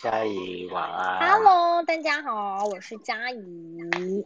嘉怡晚安。 Hello，大家好，我是佳怡。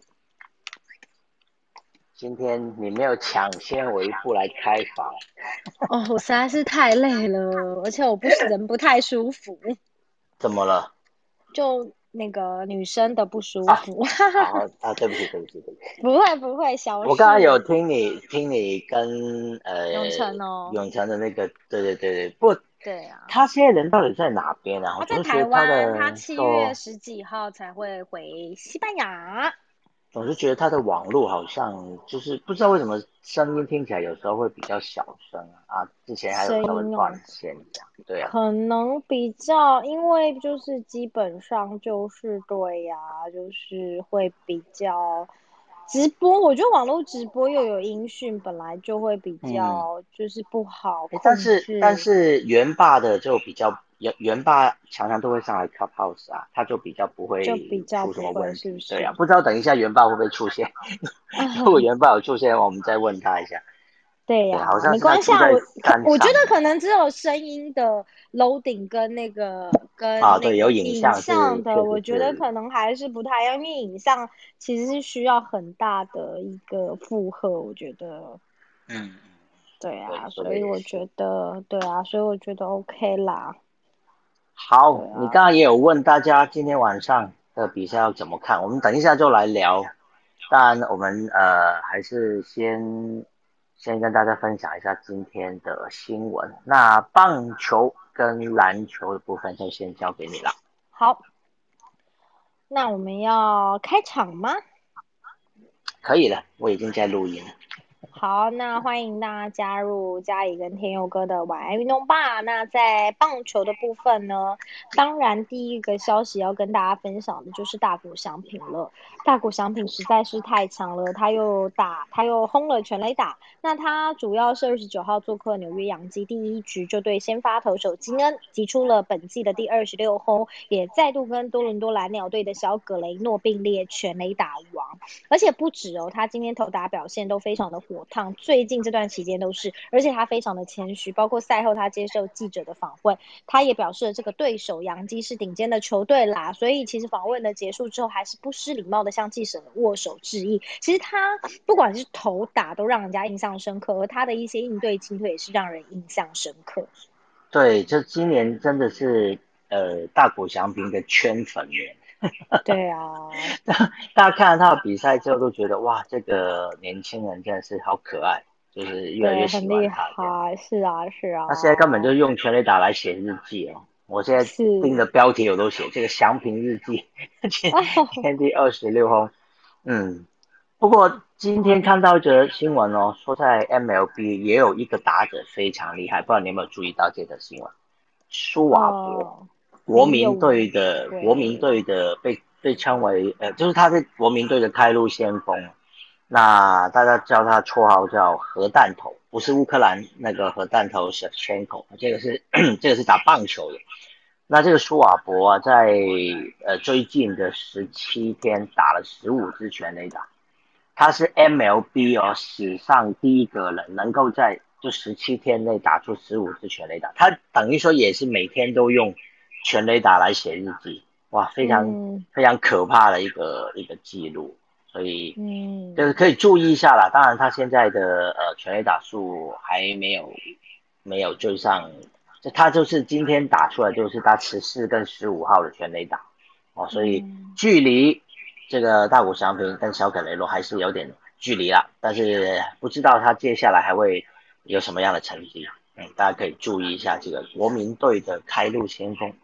今天你没有抢先我一步来开房， 哦，我实在是太累了，而且人不太舒服， 怎么了？ 就那个女生的不舒啊， 服。 好啊，对不起，对不起，对不起。 不会，小我刚刚有事。 听你跟永成哦， 永成的那个，对对对对，不， 对啊， 他现在人到底在哪边啊？我他在总是觉得他台湾，他的 7月都， 十几号才会回西班牙。 总是觉得他的网络好像就是不知道为什么声音听起来有时候会比较小声啊，之前还有声稍微音哦， 断线这样，对啊。 可能比较，因为就是基本上就是对呀，就是会比较直播。我觉得网络直播又有音讯，本来就会比嗯， 较就是不好哎，但控是但制， 是元霸的就比较元霸常常都会上来 Clubhouse 啊，他就比较不就比会出什较不会， 么问题。对啊， 是不是？ 不知道等一下元霸会不会出现？如果元霸有出现，我们再问他一下。对，好对呀， 像是他没关系啊。 住在山我觉上得可能只有声音的 loading 跟啊，对，有那个影影像像的， 是确我实是， 觉得可能还是不太一样，因为影像其实是需要很大的一个负荷，我觉得。 嗯，对， 对啊， 说所的也是。 以我觉得，对啊，所以我觉得 OK 啦。对好，你刚啊， 刚也有问大家今天晚上的比赛要怎么看，我们等一下就来聊。当然，我们还是先跟大家分享一下今天的新闻。那棒球跟篮球的部分就先交给你了。 好，那我们要开场吗？ 可以了，我已经在录音了。 好，那欢迎大家加入嘉怡跟天佑哥的晚安运动吧。那在棒球的部分呢，当然第一个消息要跟大家分享的就是大谷翔平了。大谷翔平实在是太强了，他又轰了全垒打。那他主要是29号做客纽约洋基，第一局就对先发投手金恩击出了本季的第26轰，也再度跟多伦多蓝鸟队的小葛雷诺并列全垒打王。而且不止哦，他今天投打表现都非常的火烫，最近这段期间都是，而且他非常的谦虚，包括赛后他接受记者的访问，他也表示了这个对手洋基是顶尖的球队啦，所以其实访问的结束之后，还是不失礼貌的向记者握手致意。其实他不管是投打都让人家印象深刻，而他的一些应对进退也是让人印象深刻。 对，这今年真的是大谷翔平的圈粉年。 对啊， 大家看了他的比赛之后都觉得哇，这个年轻人真的是好可爱，就是越来越对， 喜很厉欢他这样。 害，是啊，是啊， 他现在根本就用全垒打来写日记哦。我现在盯是着标题我都写这个祥平日记，今啊， 天第26轰。嗯，不过今天看到一则新闻哦，说在 MLB 也有一个打者非常厉害，不知道你有没有注意到这则新闻？舒瓦伯， 没有， 国民对， 队的被称为就是他是国民队的开路先锋。那大家叫他绰号叫核弹头，不是乌克兰那个核弹头 Shevchenko，这个是这个是打棒球的。那这个舒瓦伯啊，在最近的17天打了15支全垒打，他是 MLB 哦史上第一个人能够在就17天内打出15支全垒打，他等于说也是每天都用全垒打来写日记，哇，非常嗯非常可怕的一个记录，所以就是嗯可以注意一下啦。当然，他现在的全垒打数还没有追上，他就是今天打出来就是他14跟15号的全垒打哦，所以嗯， 距离这个大谷翔平跟小葛雷诺还是有点距离啦，但是不知道他接下来还会有什么样的成绩。大家可以注意一下这个国民队的开路先锋。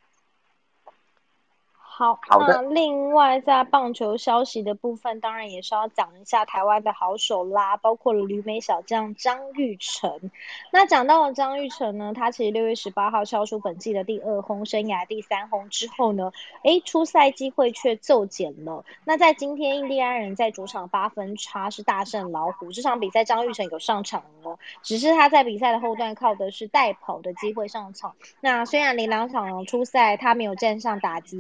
好， 好的。 那另外在棒球消息的部分，当然也是要讲一下台湾的好手啦，包括了旅美小将张育成。那讲到了张育成呢，他其实6月18号敲出本季的第2轰，生涯第3轰之后呢，出赛机会却骤减了。那在今天印第安人在主场8分差是大胜老虎，这场比赛张育成有上场哦，只是他在比赛的后段靠的是代跑的机会上场。那虽然连2场出赛他没有站上打击区的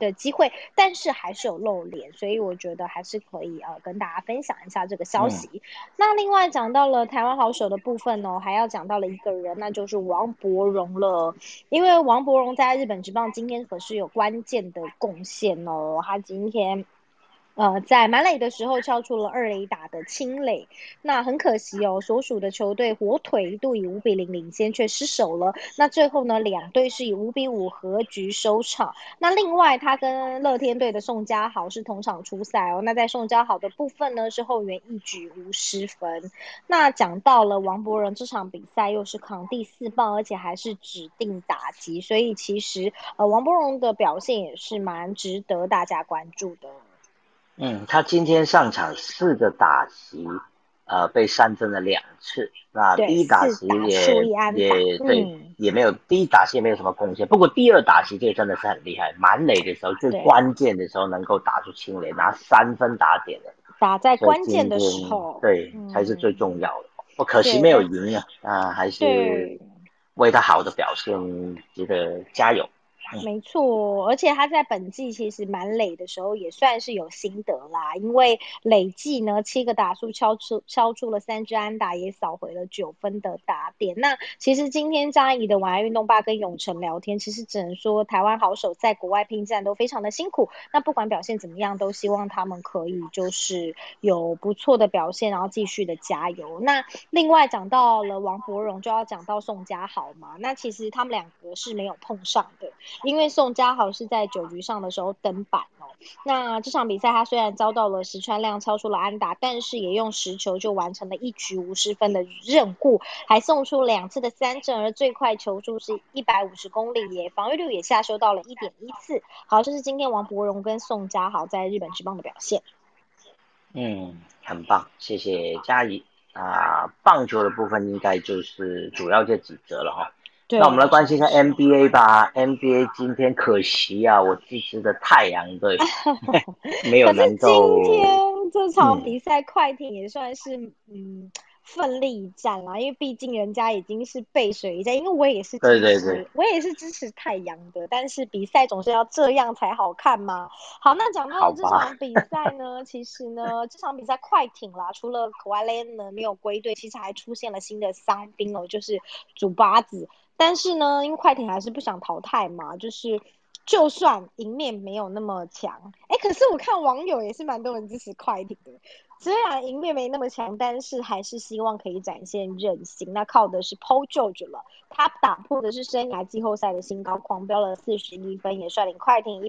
的机会，但是还是有露脸，所以我觉得还是可以跟大家分享一下这个消息。那另外讲到了台湾好手的部分哦，还要讲到了一个人，那就是王柏荣了。因为王柏荣在日本职棒今天可是有关键的贡献哦，他今天在满垒的时候敲出了二垒打的清垒，那很可惜哦，所属的球队火腿一度以5-0领先，却失手了。那最后呢，两队是以5-5和局收场。那另外，他跟乐天队的宋家豪是同场出赛哦。那在宋家豪的部分呢，是后援一局无失分。那讲到了王柏荣这场比赛又是扛第4棒，而且还是指定打击，所以其实王柏荣的表现也是蛮值得大家关注的。 他今天上场4个打席，被三振了2次。那对， 第一打席 4打数1安打， 对，也没有第一打席也没有什么贡献。不过第二打席这真的是很厉害，满垒的时候最关键的时候能够打出清垒，拿3分打点的， 打在所以关键的时候， 对才是最重要的。不可惜没有赢啊，还是为他好的表现值得加油。 没错，而且他在本季其实满垒的时候也算是有心得啦，因为累计呢7个打数敲出了3支安打，也扫回了9分的打点。那其实今天张怡的晚安运动吧跟永成聊天，其实只能说台湾好手在国外拼战都非常的辛苦，那不管表现怎么样，都希望他们可以就是有不错的表现，然后继续的加油。那另外讲到了王柏荣，就要讲到宋家豪嘛，那其实他们两个是没有碰上的。因为宋家豪是在9局上的时候登板哦，那这场比赛他虽然遭到了石川亮敲出了安打，但是也用10球就完成了1局无失分的任务，还送出2次的3振，而最快球速是150公里，也防御率也下修到了1.14。好，这是今天王柏荣跟宋家豪在日本职棒的表现。 很棒，谢谢嘉怡棒球的部分应该就是主要这几则了哈。那我们来关心一下 NBA 吧。NBA 今天可惜我支持的太阳队没有可是能够。 今天这场比赛，快艇也算是奋力一战啦，因为毕竟人家已经是背水一战。因为我也是支持太阳的，但是比赛总是要这样才好看嘛。好，那讲到了这场比赛呢，其实呢，这场比赛快艇啦，除了可外莱呢没有归队，其实还出现了新的伤兵哦，就是祖巴子。但是呢，因为快艇还是不想淘汰嘛，就算赢面没有那么强，可是我看网友也是蛮多人支持快艇的。虽然赢面没那么强，但是还是希望可以展现韧性。那靠的是 Paul George 了，他打破的是生涯季后赛的新高，狂飙了41分，也率领快艇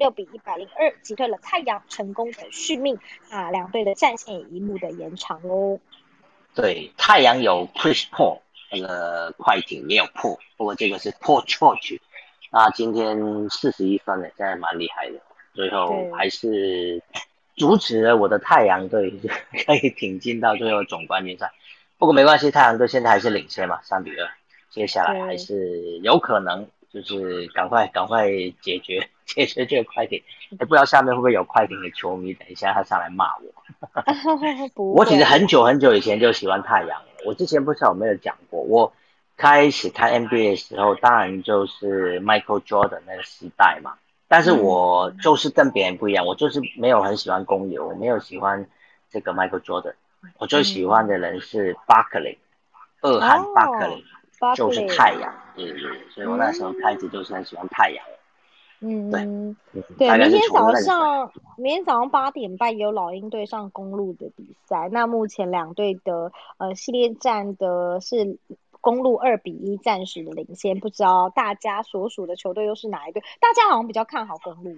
116-102击退了太阳，成功的续命。那两队的战线也一路的延长喽。 对，太阳有 Chris Paul， 快艇也有 Paul， 不过这个是 Paul George。那今天41分了，现在蛮厉害的，最后还是阻止了我的太阳队可以挺进到最后总冠军赛。不过没关系，太阳队现在还是领先嘛，3-2，接下来还是有可能就是赶快解决这个快艇。不知道下面会不会有快艇的球迷，等一下他上来骂我。我其实很久以前就喜欢太阳了，我之前不知道有没有讲过，我开始看 NBA 的时候，当然就是 Michael Jordan 那个时代嘛。但是我就是跟别人不一样，我就是没有很喜欢公牛，我没有喜欢这个 Michael Jordan， 我最喜欢的人是 Barkley， 二汉 Barkley， 就是太阳，对，所以我那时候开始就是很喜欢太阳。 对，明天早上8点半有老鹰队上公鹿的比赛。那目前两队的系列战的是公鹿2-1暂时的领先，不知道大家所属的球队又是哪一队？大家好像比较看好公鹿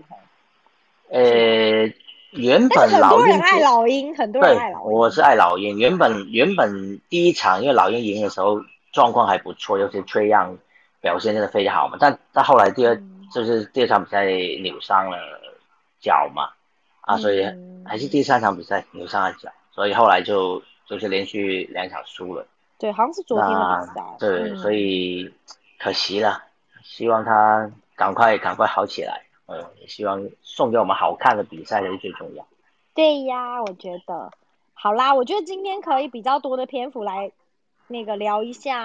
原本但是很多人爱老鹰，很多人爱老鹰。 对，我是爱老鹰。原本第一场因为老鹰赢的时候状况还不错，尤其崔样表现真的非常好嘛。但后来第二场比赛扭伤了脚嘛，所以还是第3场比赛扭伤了脚，所以后来就是连续2场输了。 对，好像是昨天的比赛。 对，所以可惜了，希望他赶快好起来。也希望送给我们好看的比赛才是最重要。 对呀，我觉得好啦，我觉得今天可以比较多的篇幅来聊一下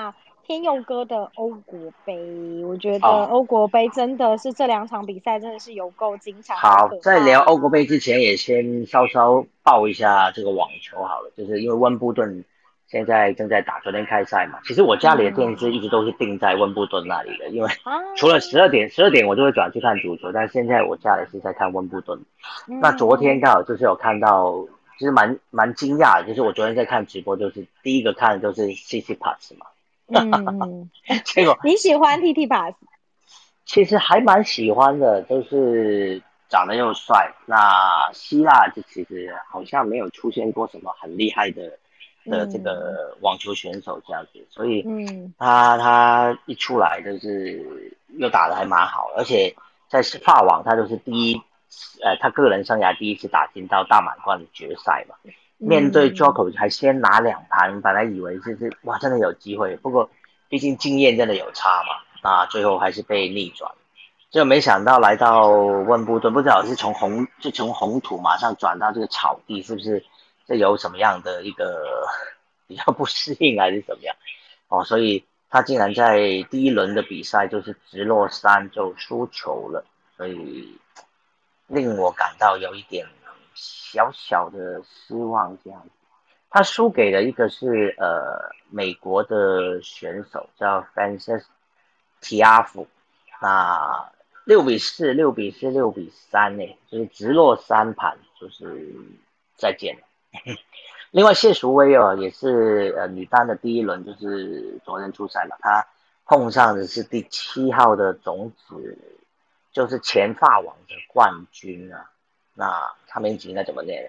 天佑哥的欧国杯，我觉得哦， 欧国杯真的是这两场比赛真的是有够精彩，好好， 可在聊欧国怕啊！ 杯之前，也先稍稍报一下这个网球好了，就是因为温布顿现在正在打，昨天开赛嘛。其实我家里的电视嗯一直都是定在温布顿那里的，因为啊， 除了十二点我就会转去看足球，但现在我家里是在看温布顿。那昨天嗯刚好就是有看到，其实蛮惊讶的，就是我昨天在看直播，就是第一个看的就是 CC Pass 嘛， 嗯， 结果你喜欢 TT Pass？ 其实还蛮喜欢的，就是长得又帅。那希腊这其实好像没有出现过什么很厉害的这嗯个网球选手这样子，所以嗯他一出来就是又打得还蛮好，而且在法网他就是他个人生涯第一次打进到大满贯的决赛嘛。面对嗯， Djokovic 还先拿2盘，本来以为哇真的有机会，不过毕竟经验真的有差嘛，那最后还是被逆转。就没想到来到温布顿，不知道是从红土马上转到这个草地，是不是这有什么样的一个比较不适应还是怎么样？哦，所以他竟然在第一轮的比赛就是直落三就输球了，所以令我感到有一点小小的失望这样子。他输给了一个是美国的选手叫 Frances Tiafoe，那6-4、6-4、6-3呢，就是直落3盘，就是再见了。另外谢淑薇也是女单的第一轮，就是昨天出赛嘛，她碰上的是第7号的种子，就是前法网的冠军啊。那他名字应该怎么念？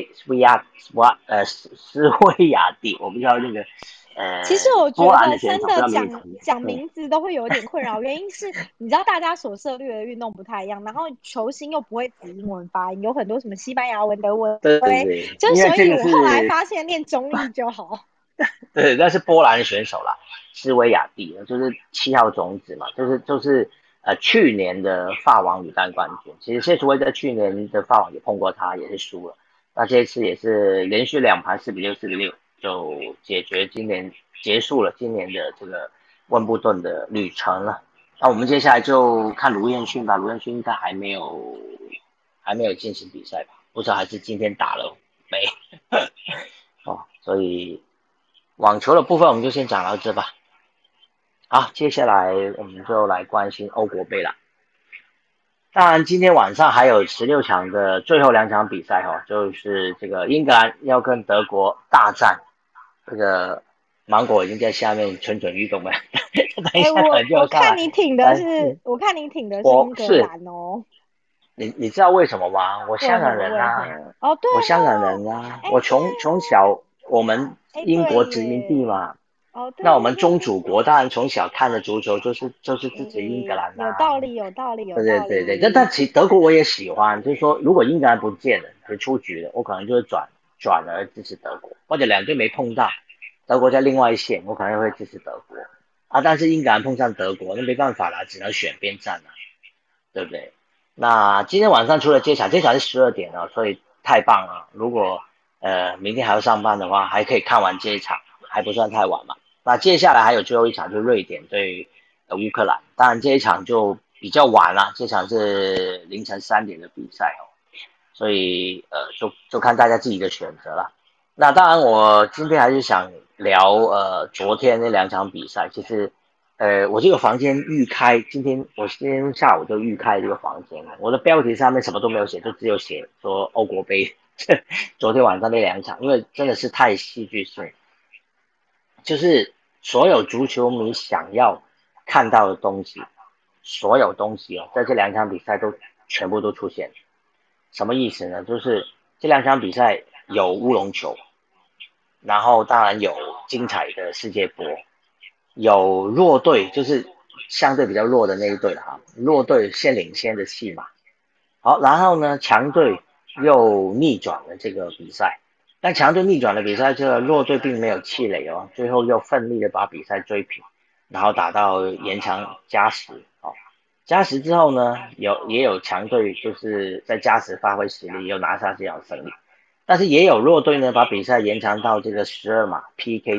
斯维亚蒂，我不知道那个其实我波觉兰的选手，不知得真的道名字。 讲对名字都会有点困扰，原因是你知道大家所涉猎的运动不太一样，然后球星又不会子英文发音，有很多什么西班牙文、德文， 对对对， 就因为这个所以我后来是发现念中立就好。 对，那是波兰的选手啦，斯维亚蒂，就是7号种子嘛，就是去年的法网女单冠军。其实谢淑薇在去年的法网也碰过他，也是输了。那这一次也是连续2盘4-6、4-6，就结束了今年的这个温布顿的旅程了。那我们接下来就看卢彦勋吧，卢彦勋应该还没有进行比赛吧？不知道还是今天打了没？哦，所以网球的部分我们就先讲到这吧。好，接下来我们就来关心欧国杯了。当然，今天晚上还有16强的最后2场比赛就是这个英格兰要跟德国大战。这个芒果已经在下面蠢蠢欲动了，等一哎， 下可能就要我上来。 我看你挺的是英格我是兰哦。 你知道为什么吗？我香港为何？ 人啊， 为何？哦，对我香港哦， 人啊， 哎， 我对从哦， 小我们哎， 英国对殖民地耶， 嘛， 哦，对那我们对对对宗主国当然从小看的足球就是支持英格对， 兰啊。 有道理，有道理，有对对道对对，但理。 其实德国我也喜欢，就是说如果英格兰不见了，就出局了，我可能就会转而支持德国，或者两队没碰到，德国在另外一线，我可能会支持德国啊。但是英格兰碰上德国，那没办法啦，只能选边站了，对不对？那今天晚上除了这场是12点啊，所以太棒了。如果明天还要上班的话，还可以看完这一场，还不算太晚嘛。那接下来还有最后一场，就是瑞典对乌克兰，当然这一场就比较晚了，这场是凌晨3点的比赛所以就看大家自己的选择了。那当然，我今天还是想聊昨天那2场比赛。其实我这个房间预开，我今天下午就预开这个房间了。我的标题上面什么都没有写，就只有写说欧国杯昨天晚上那2场，因为真的是太戏剧性，就是所有足球迷想要看到的东西，所有东西在这2场比赛都全部都出现。什么意思呢？就是这2场比赛有乌龙球，然后当然有精彩的世界波，有弱队，就是相对比较弱的那一队了弱队先领先的戏码。好，然后呢，强队又逆转了这个比赛，但强队逆转了比赛，这个弱队并没有气馁最后又奋力的把比赛追平，然后打到延长加时加时之后呢，也有强队就是在加时发挥实力，又拿下这场胜利。但是也有弱队呢，把比赛延长到这个12码 PK 战。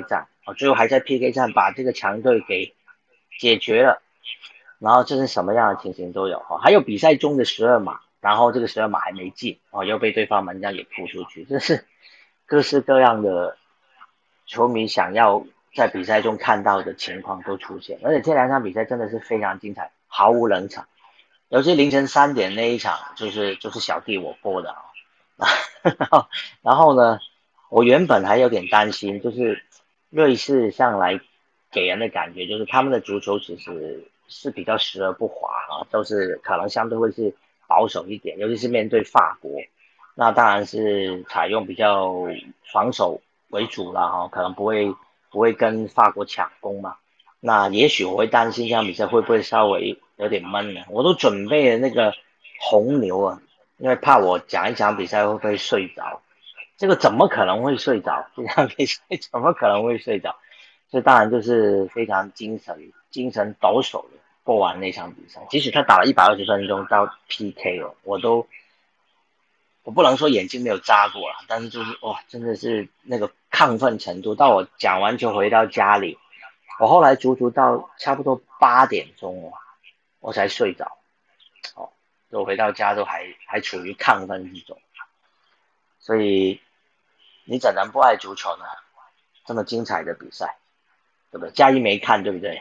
最后还在 PK 战把这个强队给解决了，然后这是什么样的情形都有还有比赛中的12码，然后这个12码还没进又被对方门将给扑出去，这是各式各样的球迷想要在比赛中看到的情况都出现，而且这2场比赛真的是非常精彩，毫无冷场。尤其凌晨3点那一场，就是小弟我播的然后呢，我原本还有点担心，就是瑞士向来给人的感觉就是他们的足球其实是比较时而不华都是可能相对会是保守一点，尤其是面对法国，那当然是采用比较防守为主了可能不会跟法国抢攻嘛。那也许我会担心这场比赛会不会稍微有点闷呢？我都准备了那个红牛因为怕我讲一讲比赛会不会睡着。这个怎么可能会睡着？这场比赛怎么可能会睡着？这当然就是非常精神抖擞的过完那场比赛。即使他打了120分钟到 PK 了，我不能说眼睛没有眨过了，但是就是哇，真的是那个亢奋程度，到我讲完就回到家里，我后来足足到差不多8点钟我才睡着就回到家都还处于亢奋之中，所以你怎能不爱足球呢？这么精彩的比赛，对不对？嘉一没看，对不对？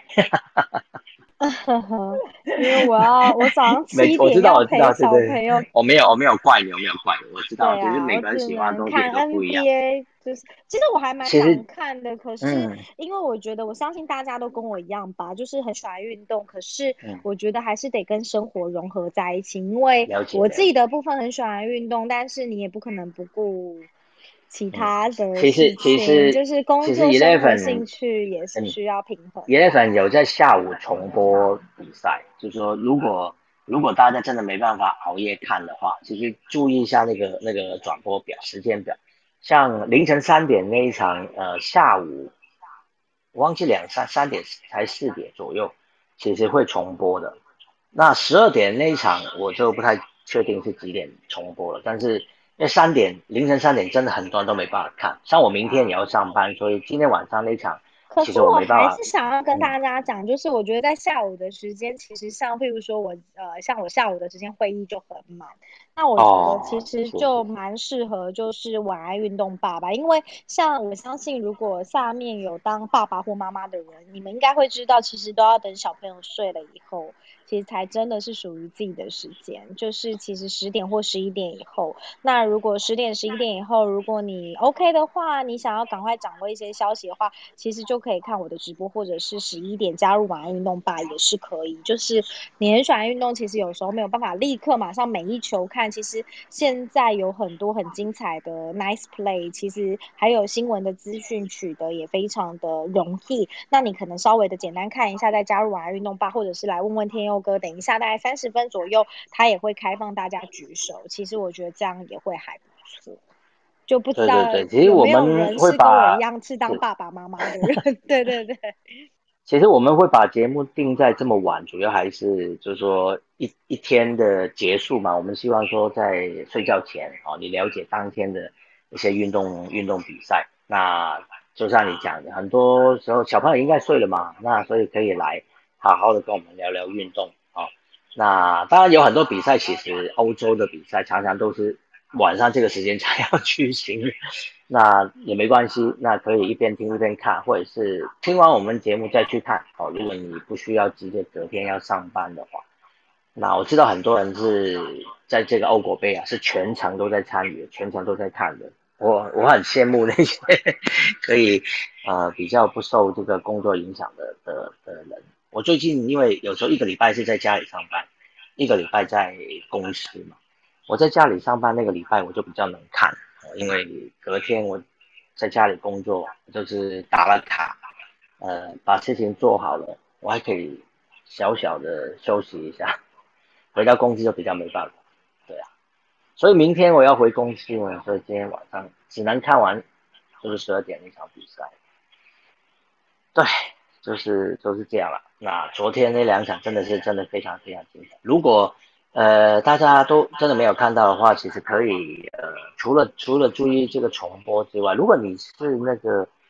因为我早上没， 七点我知道， 要陪对对， 小朋友。 我没有怪你，我知道，就是对啊，我只每个人喜欢的能看东西都不一样。 NBA，就是其实我还蛮想其实， 看的，可是嗯因为我觉得我相信大家都跟我一样吧，就是很喜欢运动，可是嗯， 我觉得还是得跟生活融合在一起，因为了解我自己了解， 的部分很喜欢运动，但是你也不可能不顾其嗯， 他的其实事其实情，就是工其实作、生活、 Eleven， 兴趣也是嗯需要平衡的啊。 ，Eleven 有在下午重播比赛，就是说如果大家真的没办法熬夜看的话，其实注意一下那个转播表时间表，像凌晨3点那一场，下午我忘记3点才4点左右，其实会重播的。那12点那一场我就不太确定是几点重播了，但是因为凌晨三点真的很多人都没办法看，像我明天也要上班，所以今天晚上那场可是其实我我还是没办法。 想要跟嗯， 大家讲，就是我觉得在下午的时间，其实像譬如说像我下午的时间会议就很满，那我觉得其实是是， 就蛮适合就是晚安运动爸爸，因为像我相信如果下面有当爸爸或妈妈的人，你们应该会知道，其实都要等小朋友睡了以后，其实才真的是属于自己的时间，就是其实10点或11点以后。那如果10点、11点以后，如果你 OK 的话，你想要赶快掌握一些消息的话，其实就可以看我的直播，或者是11点加入晚安运动吧，也是可以。就是你很喜欢运动，其实有时候没有办法立刻马上每一球看，其实现在有很多很精彩的 nice play，其实还有新闻的资讯取得也非常的容易。那你可能稍微的简单看一下，再加入晚安运动吧，或者是来问问天佑哥，等一下大概30分左右，他也会开放大家举手。其实我觉得这样也会还不错。就不知道对对对，其实我有没有们会人是跟我一把样是当是爸爸妈妈的人？对对对。 其实我们会把节目定在这么晚，主要还是就是说一天的结束嘛。我们希望说在睡觉前你了解当天的一些运动比赛。那就像你讲的，很多时候小朋友应该睡了嘛，那所以可以来好好的跟我们聊聊运动那当然有很多比赛，其实欧洲的比赛常常都是晚上这个时间才要举行，那也没关系，那可以一边听一边看，或者是听完我们节目再去看如果你不需要急着隔天要上班的话，那我知道很多人是在这个欧国杯是全程都在参与，全程都在看的。我很羡慕那些可以比较不受这个工作影响的人。我最近因为有时候一个礼拜是在家里上班，一个礼拜在公司嘛。我在家里上班那个礼拜我就比较能看，因为隔天我在家里工作，就是打了卡，把事情做好了，我还可以小小的休息一下，回到公司就比较没办法，对啊，所以明天我要回公司呢，所以今天晚上只能看完就是12点那场比赛，对，就是这样了。那昨天那2场真的非常非常精彩。如果大家都真的没有看到的话，其实可以除了注意这个重播之外，如果你是那个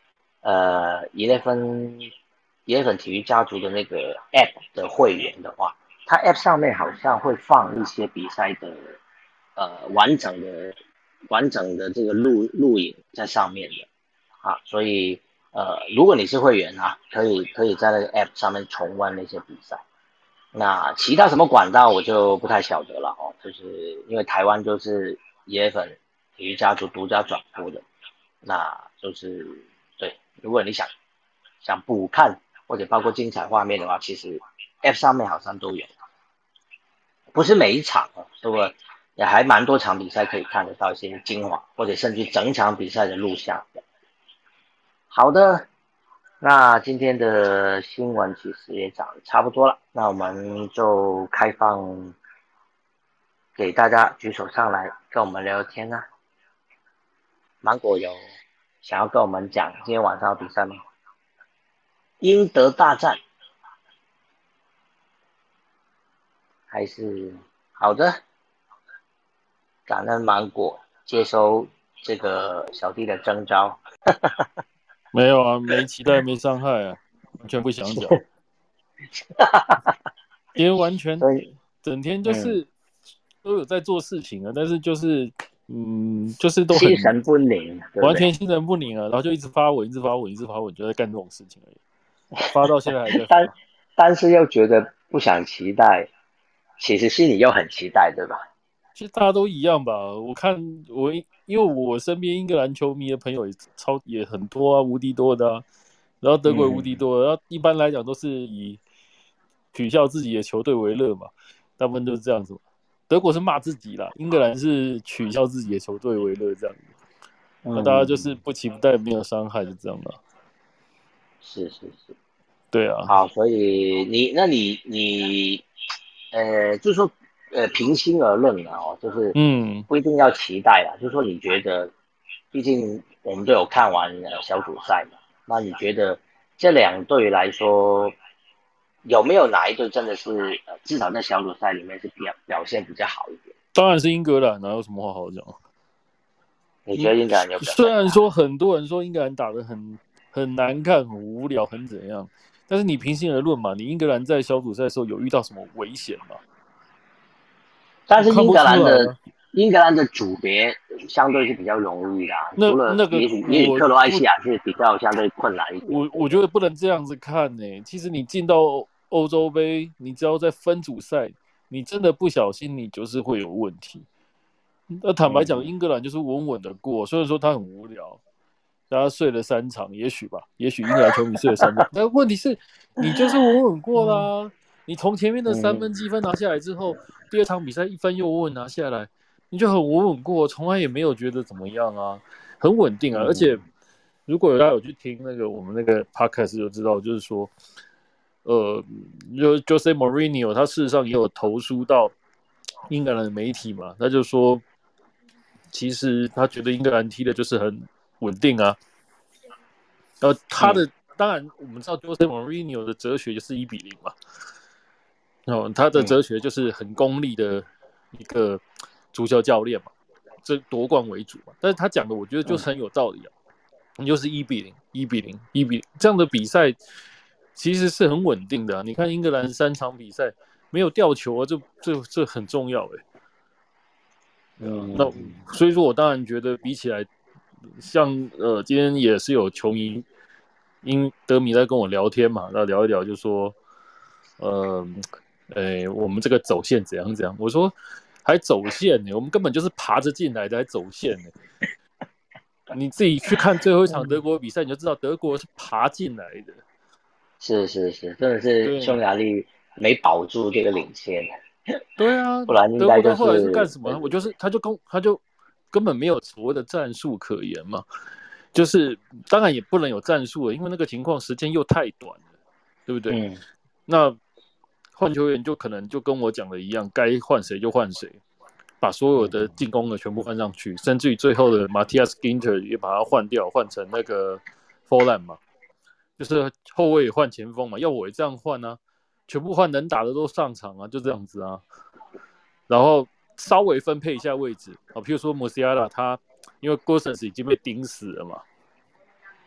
11体育家族的那个 App 的会员的话，它 App 上面好像会放一些比赛的完整的这个录影在上面的啊，所以如果你是会员啊，可以在那个 App 上面重温那些比赛。那其他什么管道我就不太晓得了哦，就是因为台湾就是11体育家族独家转播的，那就是对，如果你想补看或者包括精彩画面的话，其实 App 上面好像都有，不是每一场哦，不过也还蛮多场比赛可以看得到一些精华，或者甚至整场比赛的录像。好的，那今天的新闻其实也讲得差不多了，那我们就开放给大家举手上来跟我们聊天啊。芒果有想要跟我们讲今天晚上的比赛吗？英德大战还是好的？感恩芒果接收这个小弟的征召。 没有啊，没期待，没伤害啊，完全不想讲。今天完全整天就是都有在做事情啊，但是就是就是都很心神不宁，对不对？ 完全心神不宁啊，然后就一直发文，一直发文，一直发文，就在干这种事情而已。发到现在还在发。 但是又觉得不想期待，其实心里又很期待，对吧？ 其实大家都一样吧。我看因为我身边英格兰球迷的朋友也很多啊，无敌多的啊。然后德国也无敌多的，然后一般来讲都是以取笑自己的球队为乐嘛，大部分都是这样子嘛。德国是骂自己啦，英格兰是取笑自己的球队为乐这样子。那大家就是不期不待，没有伤害，就这样了。 是， 对啊。 好，所以你就是说平心而论啊，就是不一定要期待啦，就是说你觉得，毕竟我们都有看完小组赛嘛，那你觉得这两队来说，有没有哪一队真的是至少在小组赛里面是表现比较好一点？ 当然是英格兰，哪有什么话好讲？ 你觉得英格兰有表现？ 虽然说很多人说英格兰打得很难看、很无聊、很怎样，但是你平心而论嘛，你英格兰在小组赛的时候有遇到什么危险吗？ 但是英格兰的组别相对是比较容易的，除了也许克罗埃西亚是比较相对困难一点。 我觉得不能这样子看呢。其实你进到欧洲杯，你只要在分组赛，你真的不小心，你就是会有问题。那坦白讲，英格兰就是稳稳的过，虽然说他很无聊，大家睡了3场，也许吧，也许英格兰球迷睡了3场，但问题是，你就是稳稳过啦。你从前面的3分积分拿下来之后，第2场比赛1分又稳稳拿下来，你就很稳稳过，从来也没有觉得怎么样啊，很稳定啊。而且，如果大家有去听那个我们那个 podcast 就知道，就是说，Jose Mourinho 他事实上也有投书到英格兰的媒体嘛，他就说，其实他觉得英格兰踢的就是很稳定啊。他的当然我们知道 Jose Mourinho 的哲学就是1-0嘛。他的哲学就是很功利的一个足球教练嘛，这夺冠为主嘛。但是他讲的我觉得就是很有道理啊。你就是1-0这样的比赛其实是很稳定的啊。你看英格兰3场比赛没有掉球啊，这很重要哎。那所以说我当然觉得比起来，像今天也是有球迷德米在跟我聊天嘛，那聊一聊就说，我们这个走线怎样？我说还走线呢，我们根本就是爬着进来的，还走线呢。你自己去看最后一场德国比赛，你就知道德国是爬进来的。 是，真的是匈牙利没保住这个领先。 对啊， 不然应该就是德国到后来是干什么？他就根本没有所谓的战术可言嘛。就是当然也不能有战术了，因为那个情况时间又太短了，对不对？那换球员就可能就跟我讲的一样，该换谁就换谁，把所有的进攻的全部换上去，甚至于最后的 Matthias Ginter 也把他换掉，换成那个 Forlan 嘛，就是后卫也换前锋嘛，要我也这样换啊，全部换能打的都上场啊，就这样子啊。然后稍微分配一下位置啊，譬如说 Musiala 他因为 Gosens 已经被盯死了嘛，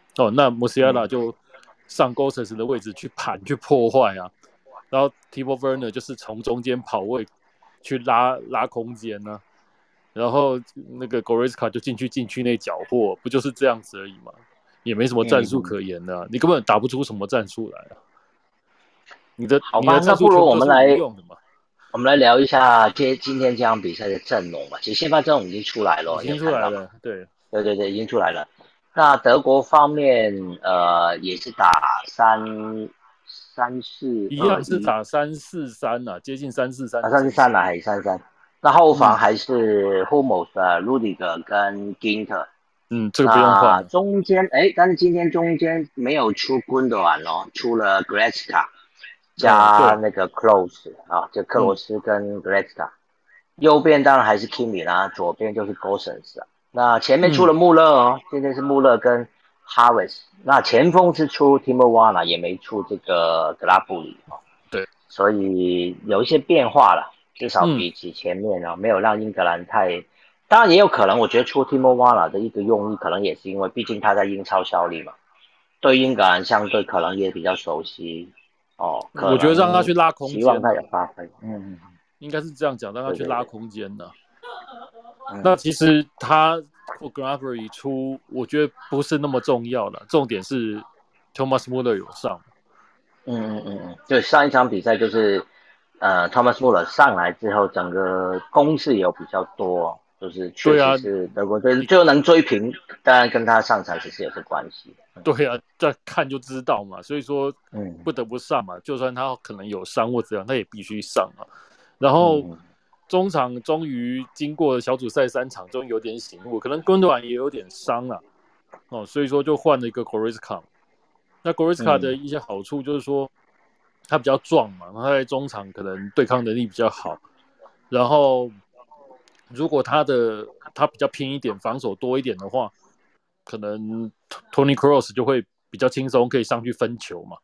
那穆西亚拉就上 Gosens 的位置去盘去破坏啊，然后 Timo Werner 就是从中间跑位去拉空间啊，然后那个 Goretzka 就进去禁区内缴获，不就是这样子而已嘛？也没什么战术可言的、你根本打不出什么战术来啊！你的战术全部都是无用的嘛。 我们来聊一下今天这场比赛的阵容吧。其实先发阵容已经出来了， 已经出来了，对， 已经出来了。那德国方面，也是打3-4-2-1， 一样是打3-4-3啊，接近3-4-3。 3-4-3啊，还是3-3。那后防还是 Hummels、Rudiger 跟 Ginter。 这个不用换。 中间，但是今天中间没有出 Gundogan 哦，出了 Goretzka。加那个 Close 啊，就克罗斯跟 Goretzka，右边当然还是 Kimi 啦，左边就是 Gosens 啊。那前面出了穆勒哦，今天是穆勒跟 Havertz。那前锋是出 Timo Werner， 也没出这个格拉布里哦。 对， 所以有一些变化了，至少比起前面啊，没有让英格兰太。当然也有可能，我觉得出 Timo Werner 的一个用意，可能也是因为毕竟他在英超效力嘛，对英格兰相对可能也比较熟悉。 我觉得让他去拉空间， 希望他有发挥。 应该是这样讲，让他去拉空间的。那其实他 Gnabry 出，我觉得不是那么重要了，重点是 Thomas Muller 有上。 对，上一场比赛就是Thomas Muller 上来之后，整个攻势有比较多，就是确实是德国队最后能追平，当然跟他上场其实有些关系。 对啊，再看就知道嘛，所以说不得不上嘛，就算他可能有伤或怎样，他也必须上啊。然后中场终于经过小组赛3场，终于有点醒悟，可能Gundogan也有点伤了所以说就换了一个 Goretzka。那 Goretzka 的一些好处就是说他比较壮嘛，他在中场可能对抗能力比较好，然后如果他比较拼一点，防守多一点的话，可能 Toni Kroos 就会比较轻松，可以上去分球嘛。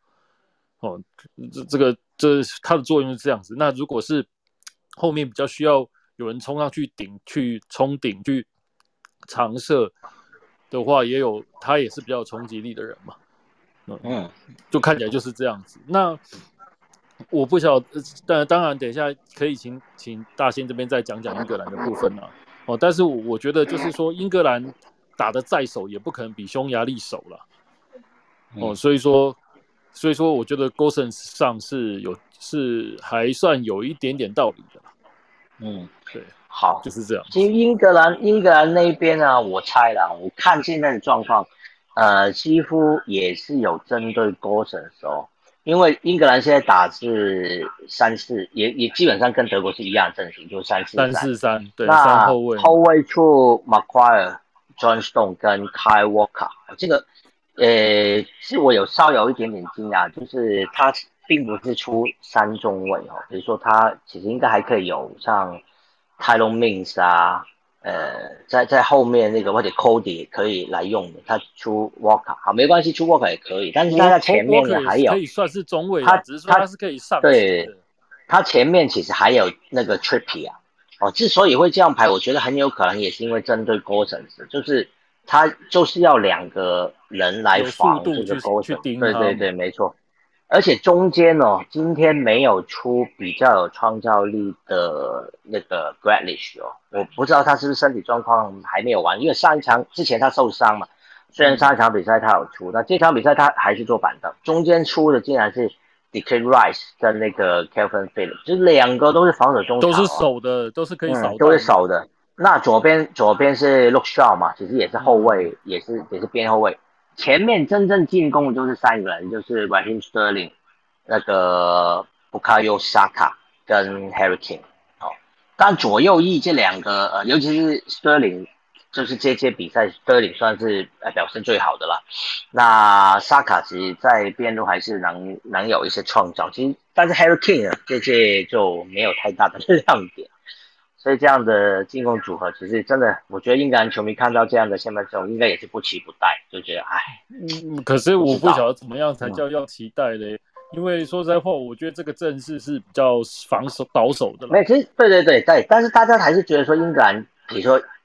这它的作用是这样子。那如果是后面比较需要有人冲上去去冲顶、去长射的话，他也是比较有冲击力的人嘛。就看起来就是这样子。那我不晓得，当然等一下可以请大仙这边再讲英格兰的部分啊。但是我觉得就是说英格兰打得再守也不可能比匈牙利守了。所以说我觉得 Gosens 上是还算有一点点道理的。对， 好， 就是这样。 其实英格兰那边啊，我猜啦，我看现在的状况，几乎也是有针对 Gosens 哦。因为英格兰现在打是3-4，也基本上跟德国是一样的阵型，就3-4-3。 对，三后卫。 后卫处 Maguire、John Stone 跟 Kyle Walker， 这个是我稍有一点点惊讶，就是他并不是出3中卫哦，比如说他其实应该还可以有像 Tyrone Mings 啊。在后面那个或者 Cody 可以来用的，他出 Walker 好没关系，出 Walker 也可以，但是他在前面呢还有可以算是中卫，只是说他是可以上对，他前面其实还有那个 Trippier 之所以会这样排，我觉得很有可能也是因为针对 Gosens， 就是他就是要2个人来防这个 Gosens， 对，没错。而且中间今天没有出比较有创造力的那个 Grealish 我不知道他是不是身体状况还没有完，因为之前他受伤嘛，虽然上一场比赛他有出，那这场比赛他还是坐板凳，中间出的竟然是 Declan Rice 跟那个 Calvin Phillips， 就2个都是防守中场， 都是守的，都是可以扫到， 都是守的。那左边是 Luke Shaw 嘛，其实也是后卫，也是边后卫。前面真正进攻的就是3个人，就是 Raheem Sterling、那个 Bukayo Saka 跟 Harry Kane。但左右翼这2个尤其是 Sterling， 就是这届比赛 Sterling 算是表现最好的了。那 Saka 其实在边路还是能有一些创造，其实但是 Harry Kane 这届就没有太大的亮点。所以这样的进攻组合，其实真的，我觉得英格兰球迷看到这样的先发阵容，应该也是不期不待，就觉得可是我不晓得怎么样才叫要期待嘞，因为说实在话，我觉得这个阵势是比较保守的啦。 其实对，但是大家还是觉得说英格兰，比如说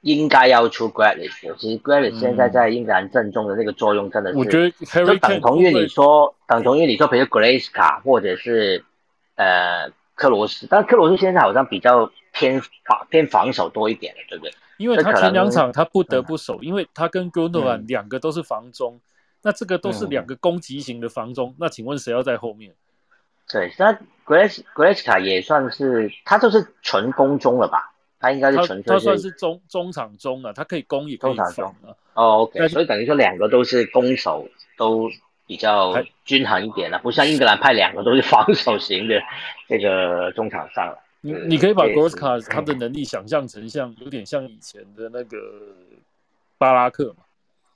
应该要出 Grealish 的。其实 Grealish 现在在英格兰阵中的那个作用真的是， 我觉得 Harry 就等同于你说，比如 Grace 卡或者是克罗斯，但克罗斯现在好像比较偏防守多一点了，对不对？ 因为他前2场他不得不守，因为他跟 Gundogan 2个都是防中，那这个都是2个攻击型的防中，那请问谁要在后面？ 对，那 Grace 卡也算是，他就是纯攻中了吧？他应该是纯粹他算是中场中啊，他可以攻也可以防啊。 OK， 所以等于说2个都是攻守都比较均衡一点了，不像英格兰派2个都是防守型的这个中场上了。 你可以把 Goretzka 他的能力想象成有点像以前的那个巴拉克嘛。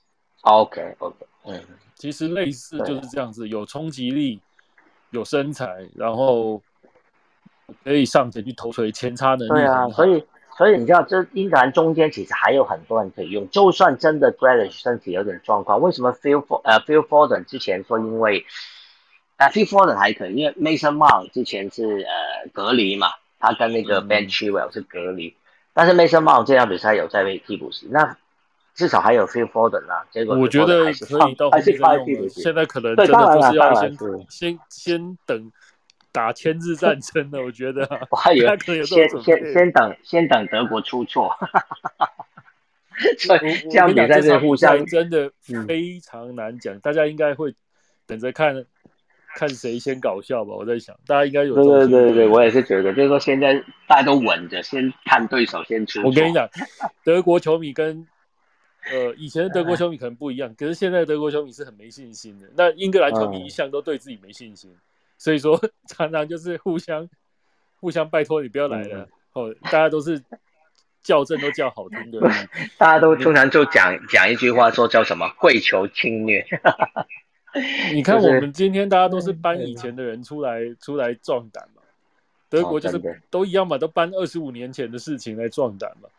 OK， 其实类似就是这样子，有冲击力，有身材，然后可以上前去头锤，前插能力很好。 对啊，所以你知道，这英格兰中间其实还有很多人可以用。就算真的 Grealish 身体有点状况，为什么 Phil Foden 之前说因为Phil Foden 还可以，因为 Mason Mount 之前是隔离嘛，他跟那个 Ben Chilwell 是隔离，但是 Mason Mount 这场比赛有在为替补席，那至少还有 Phil Foden 啦。结果我觉得可以到后面再用了。现在可能真的就是要先等。打签字战争的，我觉得、啊， 我还以为先等德国出错，所以这样比赛是互相真的非常难讲，大家应该会等着看谁先搞笑吧。我在想，大家应该有对，我也是觉得，就是说现在大家都稳着，先看对手先出错。 我跟你讲，德国球迷跟以前的德国球迷可能不一样，可是现在的德国球迷是很没信心的。那英格兰球迷一向都对自己没信心。所以说，常常就是互相拜托你不要来了，大家都是叫阵都叫好听的， 大家都通常就讲一句话，说叫什么“跪求侵略”。 你看我们今天大家都是搬以前的人出来壮胆嘛，德国就是都一样嘛，都搬25年前的事情来壮胆嘛。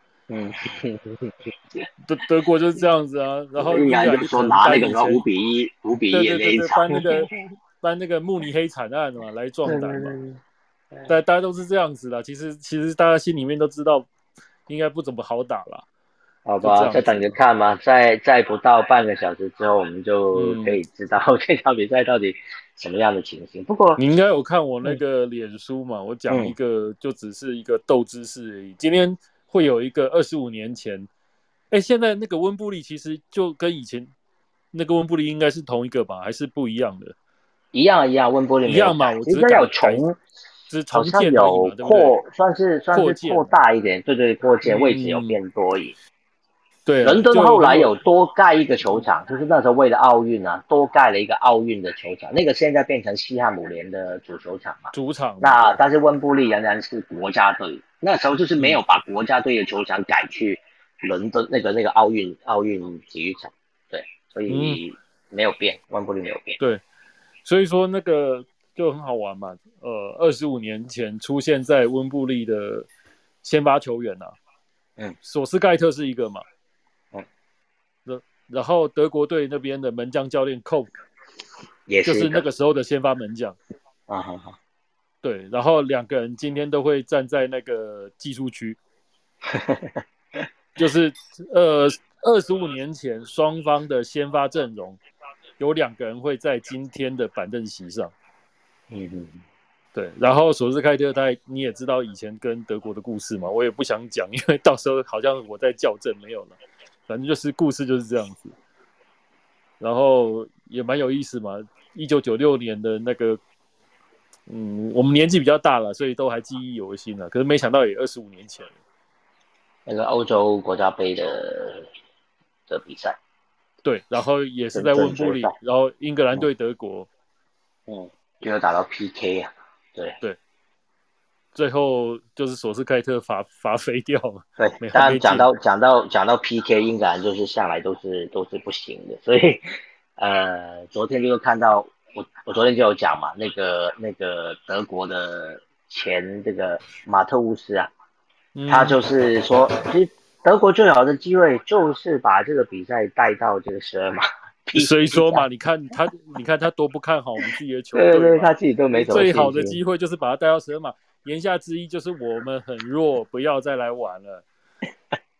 德国就是这样子啊，然后应该就是说拿那个5-1那一场， 搬那个慕尼黑惨案嘛来壮胆嘛，大家都是这样子的。其实大家心里面都知道，应该不怎么好打啦。 好吧，再等着看嘛，在不到半个小时之后，我们就可以知道这场比赛到底什么样的情形。不过你应该有看我那个脸书嘛，我讲一个就只是一个斗知识而已。今天会有一个25年前，现在那个温布利其实就跟以前那个温布利应该是同一个吧，还是不一样的？ 一样，温布利一样嘛，我只是有重建有算是扩大一点，对，扩建位置有变多而已。 对， 伦敦后来有多盖一个球场，就是那时候为了奥运啊，多盖了一个奥运的球场，那个现在变成西汉姆联的主球场嘛。 主场。 那但是温布利仍然是国家队，那时候就是没有把国家队的球场改去伦敦那个奥运体育场，对，所以没有变，温布利没有变。 对，所以说那个就很好玩嘛。25年前出现在温布利的先发球员啊。索斯盖特是一个嘛，然后德国队那边的门将教练 Koch 也就是那个时候的先发门将对，然后2个人今天都会站在那个技术区，就是25年前双方的先发阵容有2个人会在今天的板凳席上，对，然后索斯盖特你也知道以前跟德国的故事嘛，我也不想讲，因为到时候好像我在校正，没有了，反正就是故事就是这样子。然后也蛮有意思嘛，1996年的那个，我们年纪比较大了，所以都还记忆犹新了。可是没想到也25年前了。 那个欧洲国家杯的比赛， 对，然后也是在温布利，然后英格兰对德国， 就要打到 PK 啊。 对，最后就是索斯盖特罚飞掉了。 对，当然讲到 PK， 英格兰就是向来都是不行的，所以昨天就看到我昨天就有讲嘛，那个德国的前这个马特乌斯啊，他就是说，其实德国最好的机会就是把这个比赛带到这个12码。 所以说嘛，你看他多不看好我们自己的球队， 对，他自己都没什么信心。 最好的机会就是把他带到12码，言下之意就是我们很弱，不要再来玩了。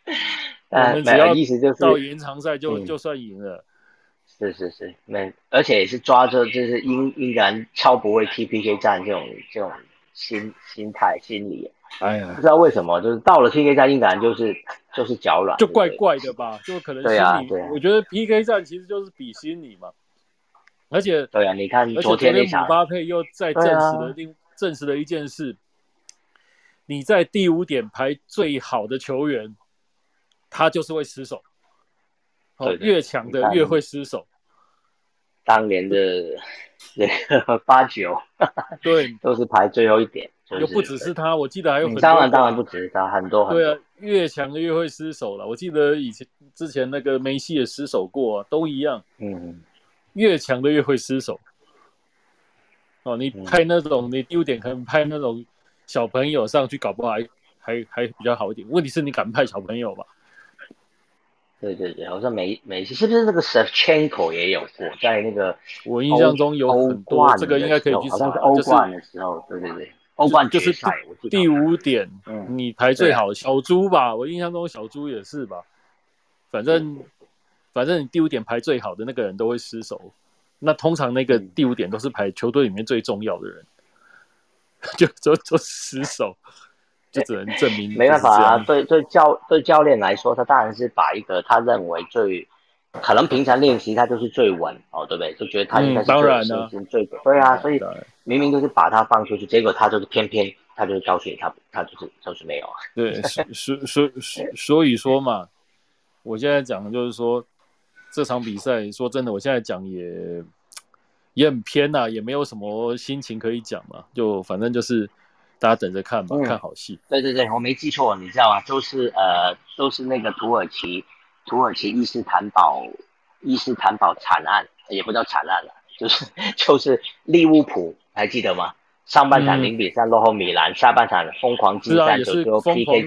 我们只要意思就是到延长赛就算赢了。 是，而且也是抓着就是英格兰超不会踢 PK 战这种心态心理， 哎呀， 不知道为什么，就是到了 PK 战，英格兰就是脚软， 就怪怪的吧？就可能心理， 对啊， 我觉得 PK 战其实就是比心理嘛。而且对啊，你看昨天那场， 姆巴佩又再证实了一件事：你在第5点排最好的球员，他就是会失手。越强的越会失手。 当年的那个8-9， 对， 都是排最后一点， 又不只是他，我记得还有很多。 当然不只是他，很多。 对啊，越强的越会失手了。我记得之前那个梅西也失手过啊，都一样。越强的越会失手。你派那种你第5点可能派那种小朋友上去，搞不好还比较好一点。问题是你敢派小朋友吧？ 对，好像梅西是不是那个 Shevchenko 也有过在那个？ 我印象中有很多，这个应该可以去查。 好像是欧冠的时候，对，欧冠决赛，我记得第5点，你排最好，小猪吧，我印象中小猪也是吧。反正你第5点排最好的那个人都会失手，那通常那个第5点都是排球队里面最重要的人，就失手。就只能证明没办法啊，对教练来说，他当然是把一个他认为可能平常练习他就是最稳对不对？就觉得他应该是最有信心最对啊，所以明明就是把他放出去，结果他就是偏偏他就是告诉你他就是没有啊。 对，所以说嘛，我现在讲的就是说这场比赛，说真的，我现在讲也很偏啊，也没有什么心情可以讲嘛，就反正就是大家等着看吧，看好戏。 对，我没记错，你知道吗？就是那个土耳其伊斯坦堡惨案，也不叫惨案了，就是利物浦，还记得吗？上半场0-3落后米兰，下半场疯狂进三球，最后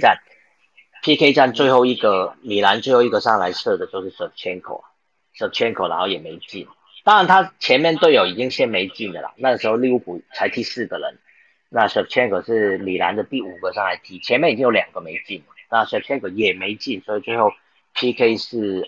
PK 战最后一个米兰最后一个上来射的就是 Shevchenko， 然后也没进。当然他前面队友已经先没进的了，那时候利物浦才踢4个人。那 Shevchenko 是米兰的第5个上来踢，前面已经有2个没进，那 Shevchenko 也没进，所以最后 PK 是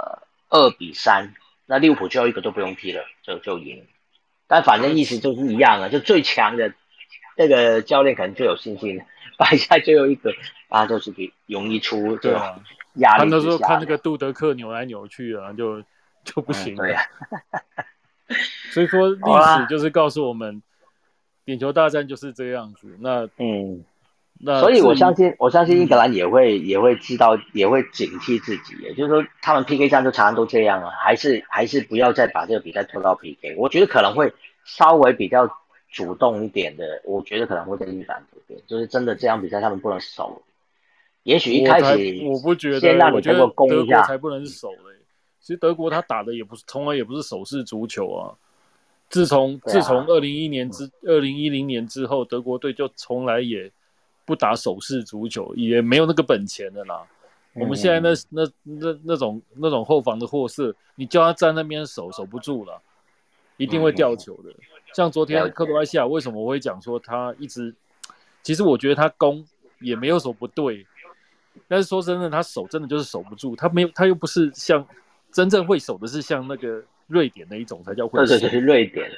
2-3，那利物浦最后一个都不用踢了，就赢。但反正意思就是一样啊，就最强的那个教练可能最有信心，摆在最后一个就是容易出这种压力之下。 他那时候看那个杜德克扭来扭去啊，就不行了。 对啊， 所以说历史就是告诉我们。点球大战就是这样子，那所以我相信英格兰也会知道，也会警惕自己，也就是说他们 PK 战就常常都这样了，还是不要再把这个比赛拖到 PK。我觉得可能会稍微比较主动一点的，我觉得可能会在英格兰这边，就是真的这样比赛他们不能守，也许一开始我不觉得， 先让你德国攻一下， 德国才不能守嘞。其实德国他打的从来也不是守势足球啊。自从2010年之后，德国队就从来也不打守势足球，也没有那个本钱的啦。我们现在那种后防的货色，你叫他站那边守不住了，一定会掉球的。像昨天克罗埃西亚，为什么我会讲说他一直？其实我觉得他攻也没有什么不对，但是说真的，他守真的就是守不住，他又不是像真正会守的是像那个。瑞典那一种才叫会守。 对，瑞典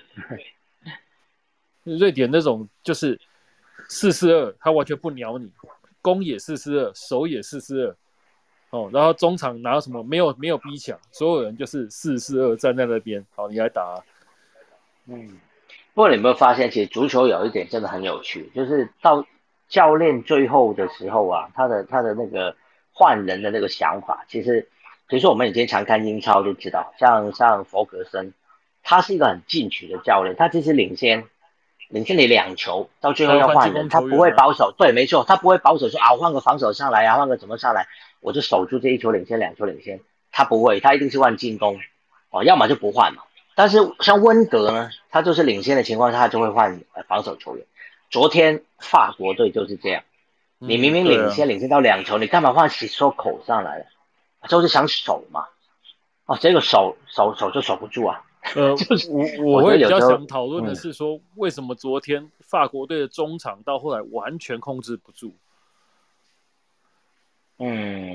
那种就是4-4-2，他完全不鸟你，攻也4-4-2，守也4-4-2，然后中场拿什么没有逼抢，所有人就是4-4-2站在那边，好，你来打啊。 不过你有没有发现，其实足球有一点真的很有趣，就是到教练最后的时候啊，他的那个换人的那个想法，其实比如说我们以前常看英超就知道，像弗格森，他是一个很进取的教练，他其实领先你2球，到最后要换人，他不会保守，对，没错，他不会保守说我换个防守上来换个怎么上来，我就守住这1球领先2球领先，他不会，他一定是换进攻要么就不换嘛。但是像温格呢，他就是领先的情况下，他就会换防守球员。昨天法国队就是这样，你明明领先到2球，你干嘛换Sissoko上来了？就是想守嘛。这个守就守不住啊。 我会比较想讨论的是说，为什么昨天法国队的中场到后来完全控制不住？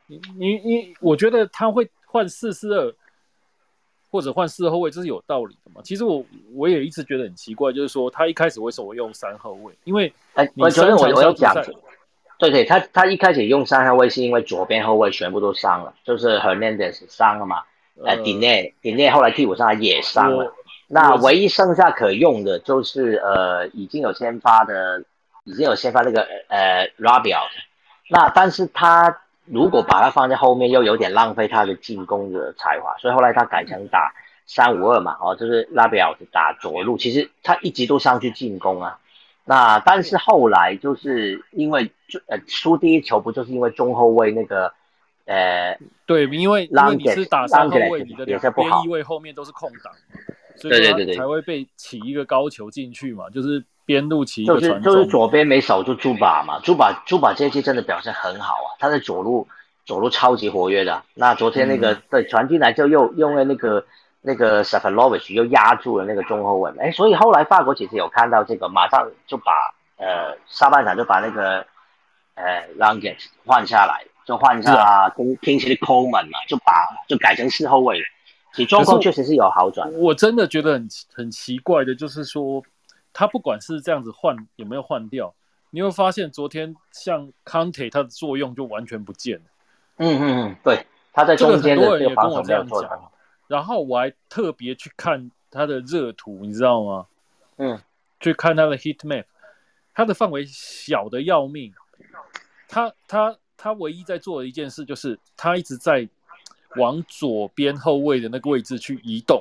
我觉得他会换4-4-2或者换4后卫，这是有道理的嘛。其实我也一直觉得很奇怪，就是说他一开始为什么用3后卫？因为你我觉得 3场我有讲， 小组赛， 对，他一开始用3后卫是因为左边后卫全部都伤了，就是 Hernandez 伤了嘛，Diné 后来替补上来也伤了，那唯一剩下可用的就是已经有先发那个Rabiot， 那但是他如果把他放在后面，又有点浪费他的进攻的才华，所以后来他改成打3-5-2嘛，就是 Rabiot 打左路，其实他一直都上去进攻啊。那但是后来就是因为输第一球不就是因为中后卫那个对，因为你是打3后卫，你的两边翼位后面都是空档嘛，所以说他才会被起一个高球进去嘛，就是边路起一个传中， 就是左边没守住朱巴嘛，朱巴这一期真的表现很好啊，他在左路超级活跃的。那昨天那个对传进来就又用了那个 Seferovic 又压住了那个中后卫，所以后来法国其实有看到这个，马上就把下半场就把那个Langlet 换下来，就换下跟 Kingsley Coman 嘛，就改成4后卫了。其实状况确实是有好转。 我真的觉得很奇怪的，就是说他不管是这样子换有没有换掉，你会发现昨天像 Conte 他的作用就完全不见了。 对，他在中间的这个很多人也跟我这样讲。 然后我还特别去看他的热图，你知道吗？去看他的 heat map， 他的范围小的要命。他唯一在做的一件事就是他一直在往左边后卫的那个位置去移动，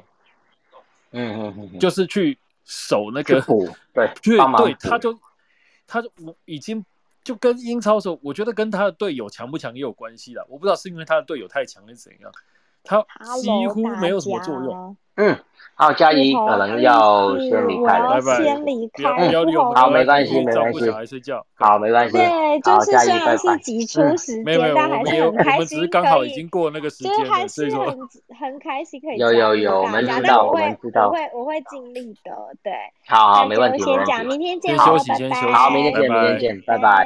就是去守那个，对，他就已经就跟英超的时候，我觉得跟他的队友强不强也有关系啦。我不知道是因为他的队友太强还是怎样，他几乎没有什么作用。 好，嘉怡可能要先离开了， 拜拜。先离开， 好，没关系， 照顾小孩睡觉。 好，没关系。 对，就是虽然是挤出时间，但还是很开心。 我们只是刚好已经过那个时间了， 就是还是很开心可以有，我们知道， 我会尽力的，对。 好，没问题。 先讲，明天见， 休息， 好，明天见，拜拜。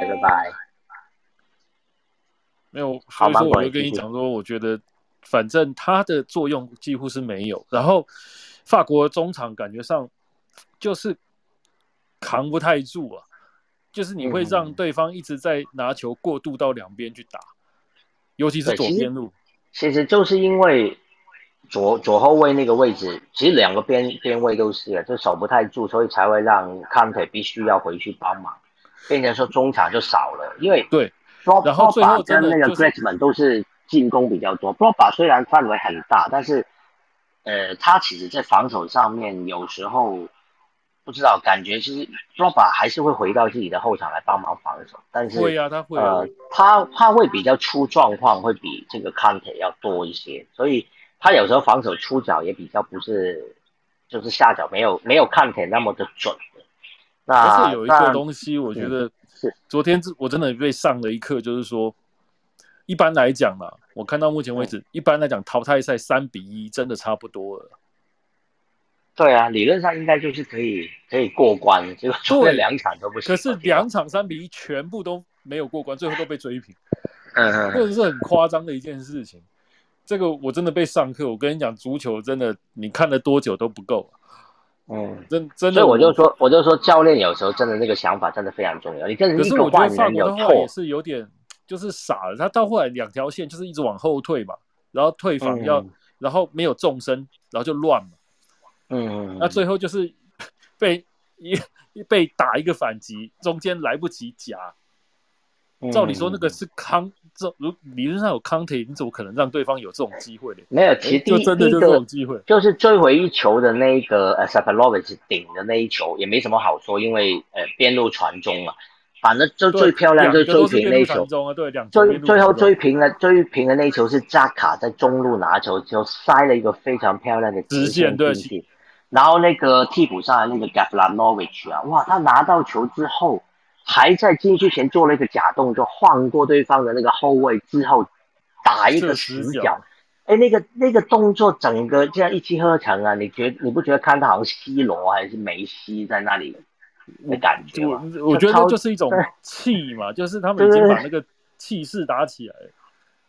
没有，所以说我就跟你讲说，我觉得反正他的作用几乎是没有，然后法国中场感觉上就是扛不太住啊，就是你会让对方一直在拿球过渡到两边去打，尤其是左边路。 其实就是因为左后卫那个位置，其实两个边位都是就守不太住，所以才会让 Conte 必须要回去帮忙，变成说中场就少了，因为对，然后最后跟那个 Griezmann 都是进攻比较多 ，Drogba 虽然范围很大，但是他其实在防守上面有时候不知道，感觉其实 Drogba 还是会回到自己的后场来帮忙防守，但是会啊，他会他会比较出状况，会比这个 Conte 要多一些，所以他有时候防守出脚也比较不是，就是下脚没有 Conte 那么的准。 而且有一个东西，我觉得昨天我真的被上了一课，就是说，一般来讲啦，我看到目前为止，一般来讲淘汰赛3-1真的差不多了。 对啊，理论上应该就是可以过关，结果昨天2场都不行。 可是2场3-1全部都没有过关，最后都被追平。这是很夸张的一件事情。这个我真的被上课，我跟你讲，足球真的你看了多久都不够。真的。 所以我就说，教练有时候真的那个想法真的非常重要。你跟一个换人有错， 也是有点就是傻了。他到后来2条线就是一直往后退嘛，然后退防然后没有纵深，然后就乱嘛。那最后就是被打一个反击，中间来不及夹。照理说那个是理论上有Conte，你怎么可能让对方有这种机会呢？ 没有，其实就真的就这种机会， 就是追回一球的那一个Seferovic 顶的那一球也没什么好说，因为边路传中嘛，反正就最漂亮就是追平那一球。最后追平的那一球是扎卡在中路拿球就塞了一个非常漂亮的直线进去，然后那个替补上来那个 Gaflanovic 啊，哇，他拿到球之后。还在进去前做了一个假动作，晃过对方的那个后卫之后，打一个死角。那个动作整个这样一气呵成啊！你不觉得看到好像 C 罗还是梅西在那里的感觉吗？ 我觉得就是一种气嘛，就是他们已经把那个气势打起来了。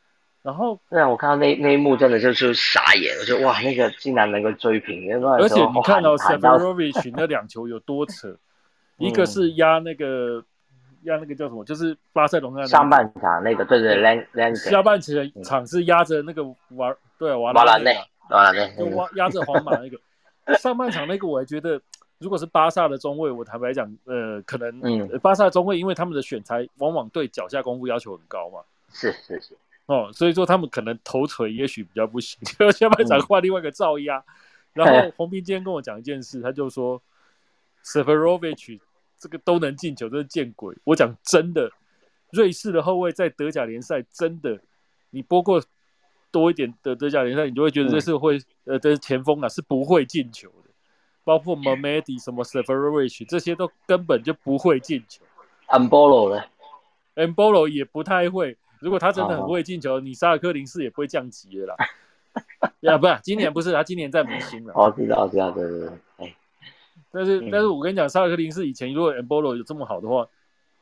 然后对啊，我看到那一幕真的就是傻眼，我就哇，那个竟然能够追平， 而且你看到喊到 Seferovic 那2球有多扯，一个是压那个叫什么，就是巴塞隆那上个， 半场那个对对下半场是压着那个瓦拉内啦，就压着皇马那个。上半场那个我还觉得，如果是巴萨的中卫，我坦白讲，可能巴萨的中卫因为他们的选材往往对脚下功夫要求很高嘛， 是所以说他们可能头锤也许比较不行，就下半场换另外一个照压。然后洪斌今天跟我讲一件事，他就说 Seferovic 这个都能进球，真是见鬼！我讲真的，瑞士的后卫在德甲联赛真的，你播过多一点的德甲联赛，你就会觉得这是会的前锋啊是不会进球的，包括 Mamedi 什么 Seferovic 这些都根本就不会进球。 Embolo 呢 ？Embolo 也不太会。如果他真的很会进球，你沙尔克零四也不会降级了啦。呀，不是，今年不是，他今年在明星了。 知道，对。 但是我跟你讲，沙尔克零四以前如果 Embolo 有这么好的话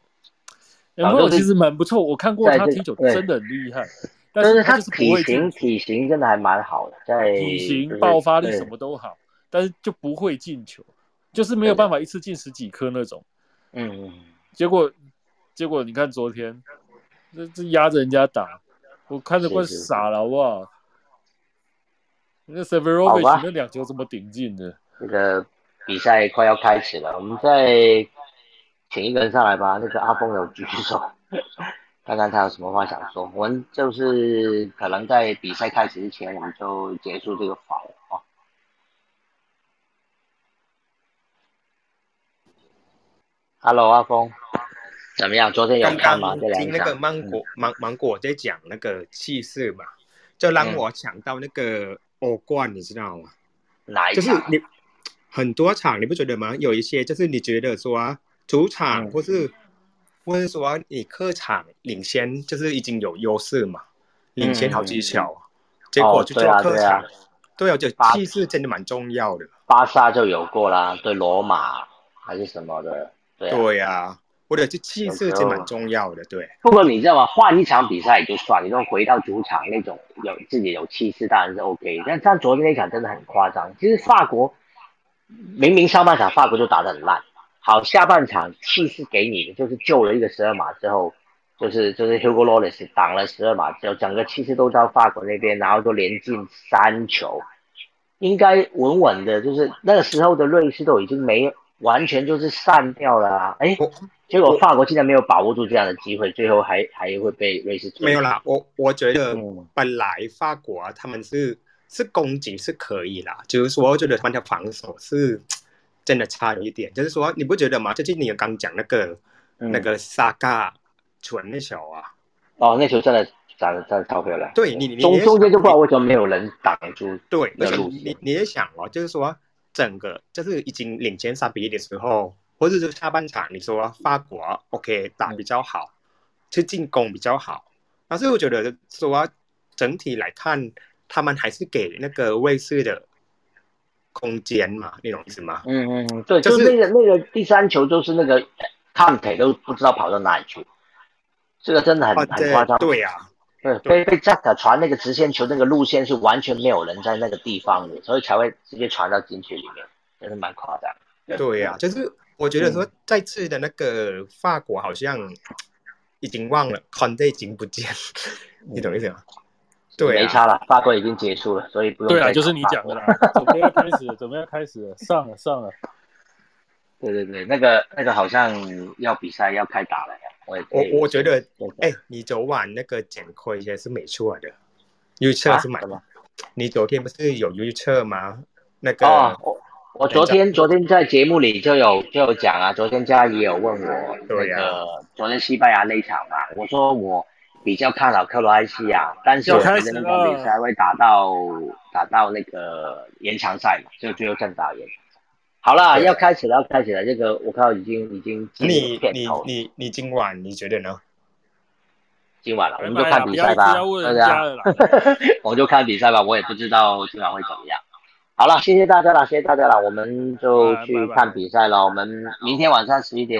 ，Embolo 其实蛮不错，我看过他踢球真的很厉害。但是他就是不会进球， 体型真的还蛮好的，在体型、爆发力什么都好，但是就不会进球，就是没有办法一次进10几颗那种。结果你看昨天，这压着人家打，我看着快傻了，好不好？那 Seferovic 那2球怎么顶进的？ 这个比赛快要开始了，我们再请一个人上来吧。那个阿峰有举手。看看他有什么话想说，我们就是可能在比赛开始之前，我们就结束这个访哦。Hello， 阿峰，怎么样？昨天有看吗？ 刚刚听那个芒果在讲那个气势嘛，就让我想到那个欧冠，你知道吗？ 哪一场？就是你很多场，你不觉得吗？有一些就是你觉得说主场或是说你客场领先，就是已经有优势嘛，领先好技巧，结果就做客场，对啊，就气势真的蛮重要的。 巴萨就有过啦，对罗马还是什么的， 对啊，或者这气势真蛮重要的，对。 不过你知道吗？换一场比赛也就算，你都回到主场那种自己有气势，当然是 OK。但像昨天那场真的很夸张。其实法国明明上半场法国就打得很烂，好，下半场气势给你的就是救了一个12码之后，就是 Hugo Lloris 挡了12码之后，整个气势都到法国那边，然后就连进3球，应该稳稳的，就是那个时候的瑞士都已经没完全就是散掉了啊！结果法国竟然没有把握住这样的机会，最后还会被瑞士追。 没有啦，我觉得本来法国他们是攻击是可以啦，就是说我觉得他们的防守是真的差一点，就是说你不觉得吗？最近你刚讲那个萨卡传那球啊， 那球真的超漂亮。 对你中间就不知道为什么没有人挡住。 对，而且你也想哦，就是说整个就是已经领先3-1的时候，或者是下半场你说法国 OK 打比较好，去进攻比较好，但是我觉得说整体来看，他们还是给那个瑞士的空间嘛，你懂意思吗？ 对，就是那个第3球就是那个康腿都不知道跑到哪里去，这个真的很夸张。 对呀。 对，被扎卡传那个直线球，那个路线是完全没有人在那个地方的，所以才会直接传到禁区里面，真是蛮夸张。 对呀，就是我觉得说这次的那个法国好像已经忘了Conte已经不见，你懂意思吗？对， 没差了，法国已经结束了，所以不用。 对啊，就是你讲的啦，准备要开始了，上了。 对，那个好像要比赛要开打了呀。 我觉得，你昨晚那个简亏也是没错的，预测是蛮。你昨天不是有预测吗？那个我昨天在节目里就有讲啊，昨天嘉怡有问我那个昨天西班牙那场嘛，我说我比较看好克罗埃西亚，但是我觉得那场比赛会打到那个延长赛嘛，就最后正打延长。好了，要开始了，这个我看到已经你今晚你觉得呢？ 今晚了，我们就看比赛吧。我们就看比赛吧，我也不知道今晚会怎么样。好了，谢谢大家了，我们就去看比赛了。我们明天晚上11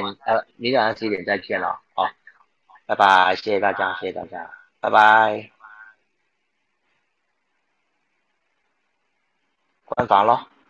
点再见了。好，拜拜，谢谢大家，拜拜。 换防咯。